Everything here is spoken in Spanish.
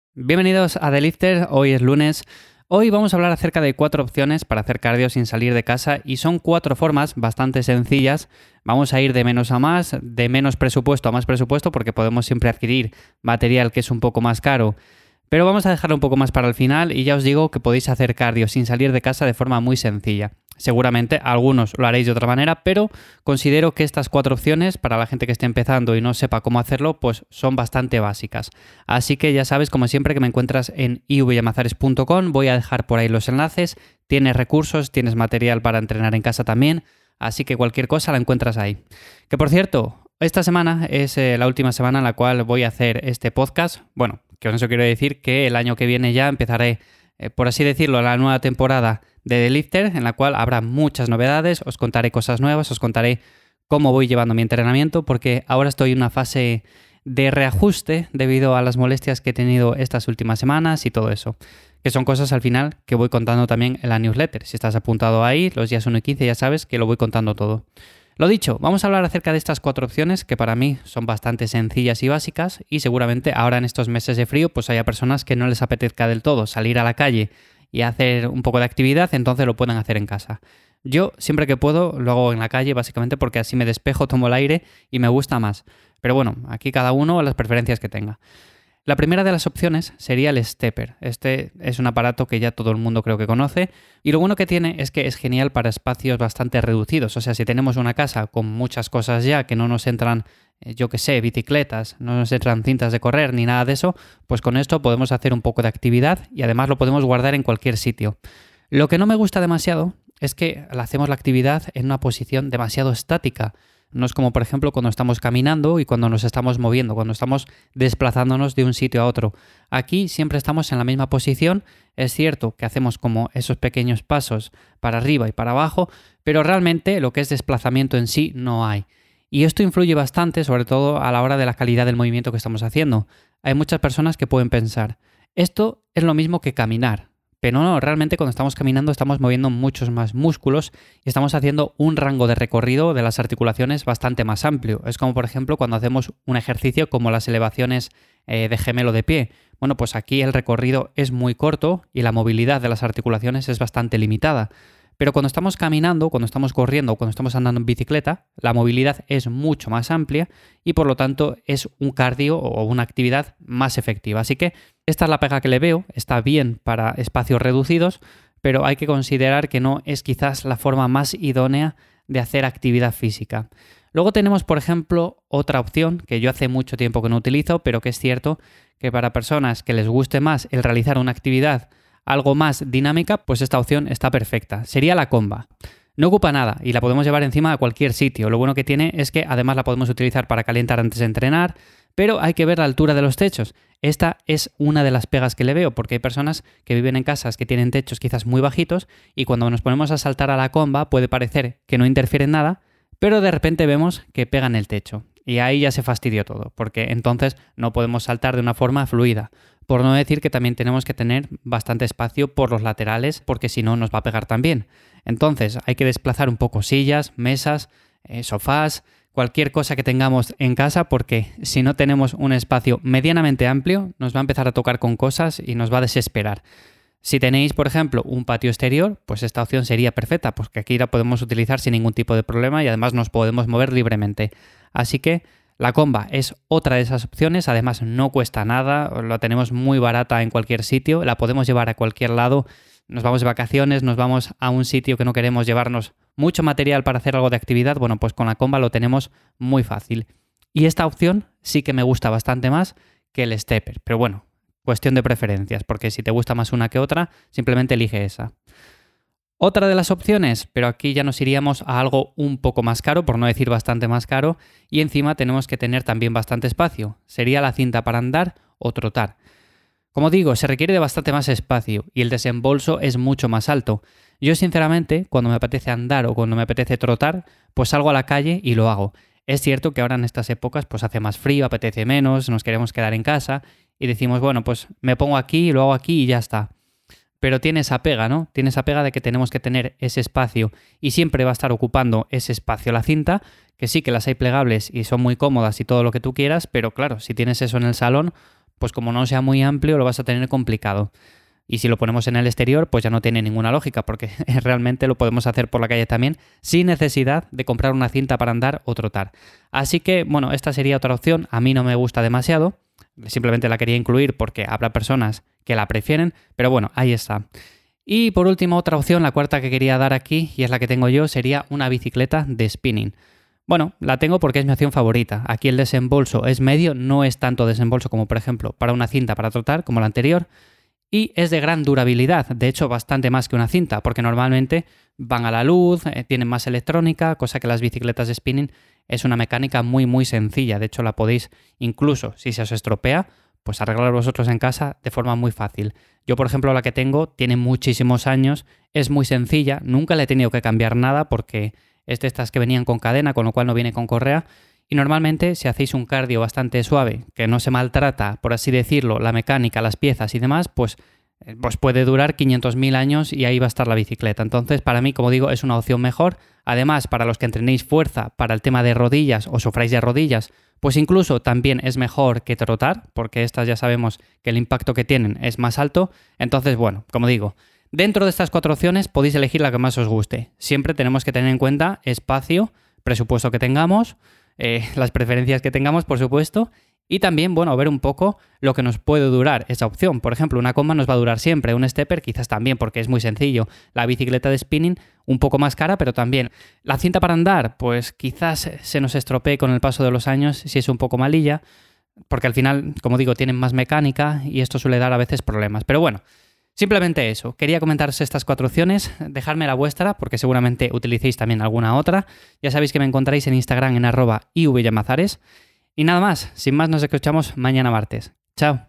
Bienvenidos a The Lifter, hoy es lunes. Hoy vamos a hablar acerca de 4 opciones para hacer cardio sin salir de casa y son 4 formas bastante sencillas. Vamos a ir de menos a más, de menos presupuesto a más presupuesto porque podemos siempre adquirir material que es un poco más caro. Pero vamos a dejarlo un poco más para el final y ya os digo que podéis hacer cardio sin salir de casa de forma muy sencilla. Seguramente algunos lo haréis de otra manera, pero considero que estas 4 opciones, para la gente que esté empezando y no sepa cómo hacerlo, pues son bastante básicas. Así que ya sabes, como siempre, que me encuentras en ivyamazares.com, voy a dejar por ahí los enlaces, tienes recursos, tienes material para entrenar en casa también, así que cualquier cosa la encuentras ahí. Que por cierto, esta semana es la última semana en la cual voy a hacer este podcast. Bueno, que con eso quiero decir que el año que viene ya empezaré, por así decirlo, la nueva temporada de The Lifter, en la cual habrá muchas novedades, os contaré cosas nuevas, os contaré cómo voy llevando mi entrenamiento, porque ahora estoy en una fase de reajuste debido a las molestias que he tenido estas últimas semanas y todo eso, que son cosas al final que voy contando también en la newsletter. Si estás apuntado ahí, los días 1 y 15 ya sabes que lo voy contando todo. Lo dicho, vamos a hablar acerca de estas 4 opciones que para mí son bastante sencillas y básicas y seguramente ahora en estos meses de frío pues haya personas que no les apetezca del todo salir a la calle y hacer un poco de actividad, entonces lo pueden hacer en casa. Yo siempre que puedo lo hago en la calle básicamente porque así me despejo, tomo el aire y me gusta más. Pero bueno, aquí cada uno las preferencias que tenga. La primera de las opciones sería el stepper. Este es un aparato que ya todo el mundo creo que conoce y lo bueno que tiene es que es genial para espacios bastante reducidos. O sea, si tenemos una casa con muchas cosas ya que no nos entran, bicicletas, no nos entran cintas de correr ni nada de eso, pues con esto podemos hacer un poco de actividad y además lo podemos guardar en cualquier sitio. Lo que no me gusta demasiado es que hacemos la actividad en una posición demasiado estática. No es como, por ejemplo, cuando estamos caminando y cuando nos estamos moviendo, cuando estamos desplazándonos de un sitio a otro. Aquí siempre estamos en la misma posición. Es cierto que hacemos como esos pequeños pasos para arriba y para abajo, pero realmente lo que es desplazamiento en sí no hay. Y esto influye bastante, sobre todo a la hora de la calidad del movimiento que estamos haciendo. Hay muchas personas que pueden pensar, esto es lo mismo que caminar. Pero no, realmente cuando estamos caminando estamos moviendo muchos más músculos y estamos haciendo un rango de recorrido de las articulaciones bastante más amplio. Es como por ejemplo cuando hacemos un ejercicio como las elevaciones de gemelo de pie. Bueno, pues aquí el recorrido es muy corto y la movilidad de las articulaciones es bastante limitada. Pero cuando estamos caminando, cuando estamos corriendo o cuando estamos andando en bicicleta, la movilidad es mucho más amplia y por lo tanto es un cardio o una actividad más efectiva. Así que esta es la pega que le veo, está bien para espacios reducidos, pero hay que considerar que no es quizás la forma más idónea de hacer actividad física. Luego tenemos, por ejemplo, otra opción que yo hace mucho tiempo que no utilizo, pero que es cierto que para personas que les guste más el realizar una actividad algo más dinámica, pues esta opción está perfecta. Sería la comba. No ocupa nada y la podemos llevar encima a cualquier sitio. Lo bueno que tiene es que además la podemos utilizar para calentar antes de entrenar, pero hay que ver la altura de los techos. Esta es una de las pegas que le veo, porque hay personas que viven en casas que tienen techos quizás muy bajitos y cuando nos ponemos a saltar a la comba puede parecer que no interfiere en nada, pero de repente vemos que pegan el techo. Y ahí ya se fastidió todo, porque entonces no podemos saltar de una forma fluida. Por no decir que también tenemos que tener bastante espacio por los laterales, porque si no nos va a pegar también. Entonces hay que desplazar un poco sillas, mesas, sofás, cualquier cosa que tengamos en casa, porque si no tenemos un espacio medianamente amplio, nos va a empezar a tocar con cosas y nos va a desesperar. Si tenéis, por ejemplo, un patio exterior, pues esta opción sería perfecta, porque aquí la podemos utilizar sin ningún tipo de problema y además nos podemos mover libremente. Así que la comba es otra de esas opciones, además no cuesta nada, la tenemos muy barata en cualquier sitio, la podemos llevar a cualquier lado, nos vamos de vacaciones, nos vamos a un sitio que no queremos llevarnos mucho material para hacer algo de actividad, bueno, pues con la comba lo tenemos muy fácil. Y esta opción sí que me gusta bastante más que el stepper, pero bueno, cuestión de preferencias, porque si te gusta más una que otra, simplemente elige esa. Otra de las opciones, pero aquí ya nos iríamos a algo un poco más caro, por no decir bastante más caro, y encima tenemos que tener también bastante espacio. Sería la cinta para andar o trotar. Como digo, se requiere de bastante más espacio y el desembolso es mucho más alto. Yo sinceramente, cuando me apetece andar o cuando me apetece trotar, pues salgo a la calle y lo hago. Es cierto que ahora en estas épocas pues hace más frío, apetece menos, nos queremos quedar en casa y decimos, bueno, pues me pongo aquí, lo hago aquí y ya está. Pero tiene esa pega, ¿no? Tiene esa pega de que tenemos que tener ese espacio y siempre va a estar ocupando ese espacio la cinta, que sí que las hay plegables y son muy cómodas y todo lo que tú quieras, pero claro, si tienes eso en el salón, pues como no sea muy amplio, lo vas a tener complicado. Y si lo ponemos en el exterior, pues ya no tiene ninguna lógica, porque realmente lo podemos hacer por la calle también, sin necesidad de comprar una cinta para andar o trotar. Así que, bueno, esta sería otra opción. A mí no me gusta demasiado, simplemente la quería incluir porque habrá personas que la prefieren, pero bueno, ahí está. Y por último, otra opción, la cuarta que quería dar aquí, y es la que tengo yo, sería una bicicleta de spinning. Bueno, la tengo porque es mi opción favorita. Aquí el desembolso es medio, no es tanto desembolso como por ejemplo para una cinta para trotar, como la anterior, y es de gran durabilidad, de hecho bastante más que una cinta, porque normalmente van a la luz, tienen más electrónica, cosa que las bicicletas de spinning es una mecánica muy sencilla, de hecho la podéis incluso, si se os estropea, pues arreglar vosotros en casa de forma muy fácil. Yo, por ejemplo, la que tengo tiene muchísimos años, es muy sencilla, nunca le he tenido que cambiar nada porque es de estas que venían con cadena, con lo cual no viene con correa. Y normalmente, si hacéis un cardio bastante suave, que no se maltrata, por así decirlo, la mecánica, las piezas y demás, pues puede durar 500.000 años y ahí va a estar la bicicleta. Entonces, para mí, como digo, es una opción mejor. Además, para los que entrenéis fuerza, para el tema de rodillas o sufráis de rodillas, pues incluso también es mejor que trotar, porque estas ya sabemos que el impacto que tienen es más alto. Entonces, bueno, como digo, dentro de estas 4 opciones podéis elegir la que más os guste. Siempre tenemos que tener en cuenta espacio, presupuesto que tengamos, las preferencias que tengamos, por supuesto, y también, bueno, ver un poco lo que nos puede durar esa opción. Por ejemplo, una comba nos va a durar siempre, un stepper quizás también, porque es muy sencillo. La bicicleta de spinning, un poco más cara, pero también. La cinta para andar, pues quizás se nos estropee con el paso de los años si es un poco malilla, porque al final, como digo, tienen más mecánica y esto suele dar a veces problemas. Pero bueno, simplemente eso. Quería comentaros estas 4 opciones, dejadme la vuestra, porque seguramente utilicéis también alguna otra. Ya sabéis que me encontráis en Instagram en @ivllamazares. Y nada más, sin más nos escuchamos mañana martes. Chao.